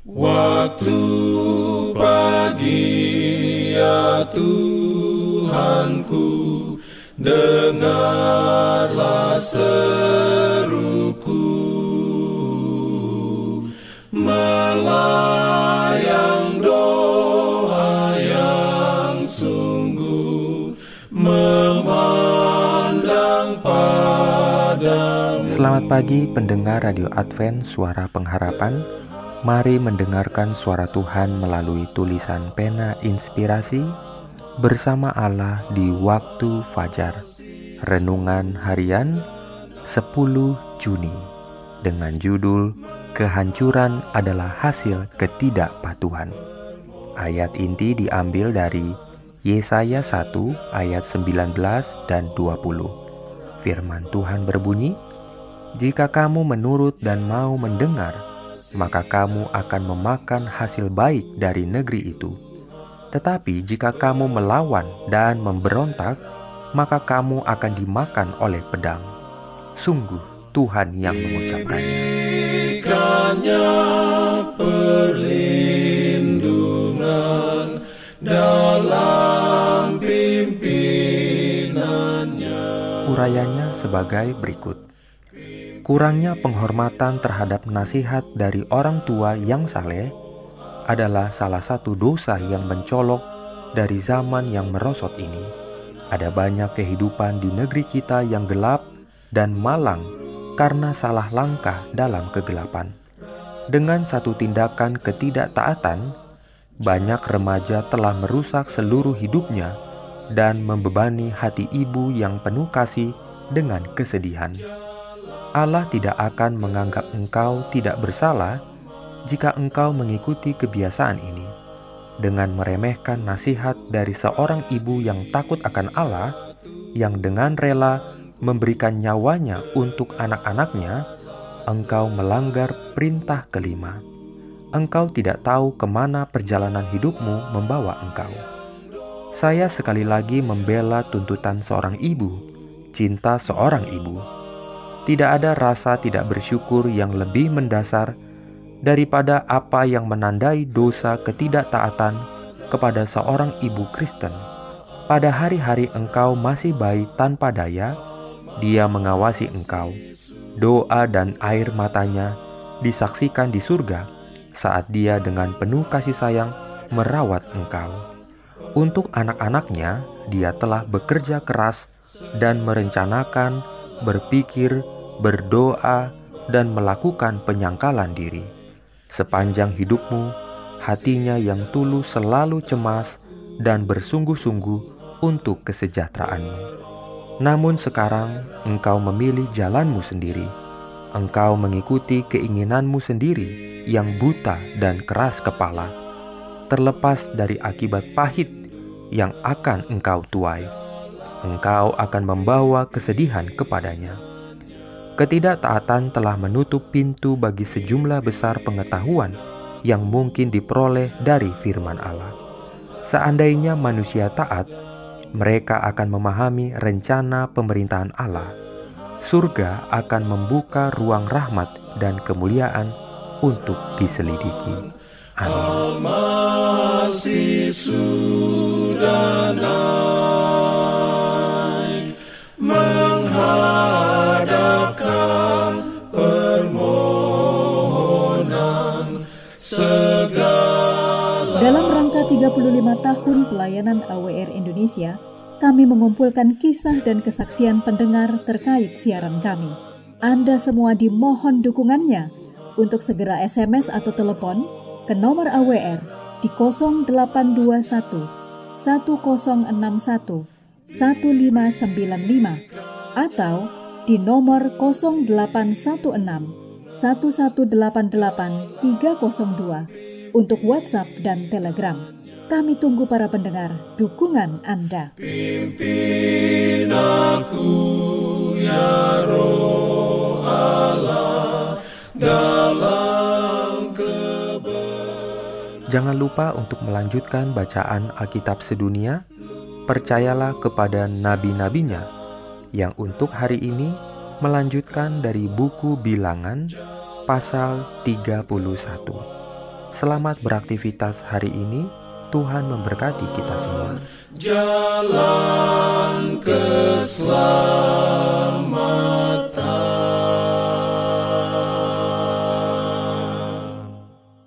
Waktu pagi ya Tuhanku, dengarlah seruku, melayang doa yang sungguh, memandang padamu. Selamat pagi pendengar Radio Advent Suara Pengharapan. Mari mendengarkan suara Tuhan melalui tulisan pena inspirasi bersama Allah di waktu fajar. Renungan harian 10 Juni dengan judul Kehancuran adalah hasil ketidakpatuhan. Ayat inti diambil dari Yesaya 1 ayat 19 dan 20. Firman Tuhan berbunyi, "Jika kamu menurut dan mau mendengar, maka kamu akan memakan hasil baik dari negeri itu. Tetapi jika kamu melawan dan memberontak, maka kamu akan dimakan oleh pedang." Sungguh Tuhan yang mengucapkannya. Berikannya perlindungan dalam pimpinannya. Urayanya sebagai berikut. Kurangnya penghormatan terhadap nasihat dari orang tua yang saleh adalah salah satu dosa yang mencolok dari zaman yang merosot ini. Ada banyak kehidupan di negeri kita yang gelap dan malang karena salah langkah dalam kegelapan. Dengan satu tindakan ketidaktaatan, banyak remaja telah merusak seluruh hidupnya dan membebani hati ibu yang penuh kasih dengan kesedihan. Allah tidak akan menganggap engkau tidak bersalah jika engkau mengikuti kebiasaan ini. Dengan meremehkan nasihat dari seorang ibu yang takut akan Allah, yang dengan rela memberikan nyawanya untuk anak-anaknya, engkau melanggar perintah kelima. Engkau tidak tahu kemana perjalanan hidupmu membawa engkau. Saya sekali lagi membela tuntutan seorang ibu, cinta seorang ibu. Tidak ada rasa tidak bersyukur yang lebih mendasar daripada apa yang menandai dosa ketidaktaatan kepada seorang ibu Kristen. Pada hari-hari engkau masih bayi tanpa daya, Dia mengawasi engkau. Doa dan air matanya disaksikan di surga saat Dia dengan penuh kasih sayang merawat engkau. Untuk anak-anaknya, Dia telah bekerja keras dan merencanakan, berpikir, berdoa, dan melakukan penyangkalan diri. Sepanjang hidupmu, hatinya yang tulus selalu cemas dan bersungguh-sungguh untuk kesejahteraanmu. Namun sekarang engkau memilih jalanmu sendiri. Engkau mengikuti keinginanmu sendiri yang buta dan keras kepala. Terlepas dari akibat pahit yang akan engkau tuai, engkau akan membawa kesedihan kepadanya. Ketidaktaatan telah menutup pintu bagi sejumlah besar pengetahuan yang mungkin diperoleh dari firman Allah. Seandainya manusia taat, mereka akan memahami rencana pemerintahan Allah. Surga akan membuka ruang rahmat dan kemuliaan untuk diselidiki. Amin. Masih sudah naik menghadapkan permohonan segala. Dalam rangka 35 tahun pelayanan AWR Indonesia, kami mengumpulkan kisah dan kesaksian pendengar terkait siaran kami. Anda semua dimohon dukungannya untuk segera SMS atau telepon ke nomor AWR di 0821 1061 1595 atau di nomor 0816 1188 302 untuk WhatsApp dan Telegram. Kami tunggu para pendengar dukungan Anda. Pimpin aku ya Roh Allah dalam kebenaran. Jangan lupa untuk melanjutkan bacaan Alkitab sedunia. Percayalah kepada nabi-nabinya yang untuk hari ini melanjutkan dari buku Bilangan pasal 31. Selamat beraktivitas hari ini. Tuhan memberkati kita semua. Jalan keselamatan.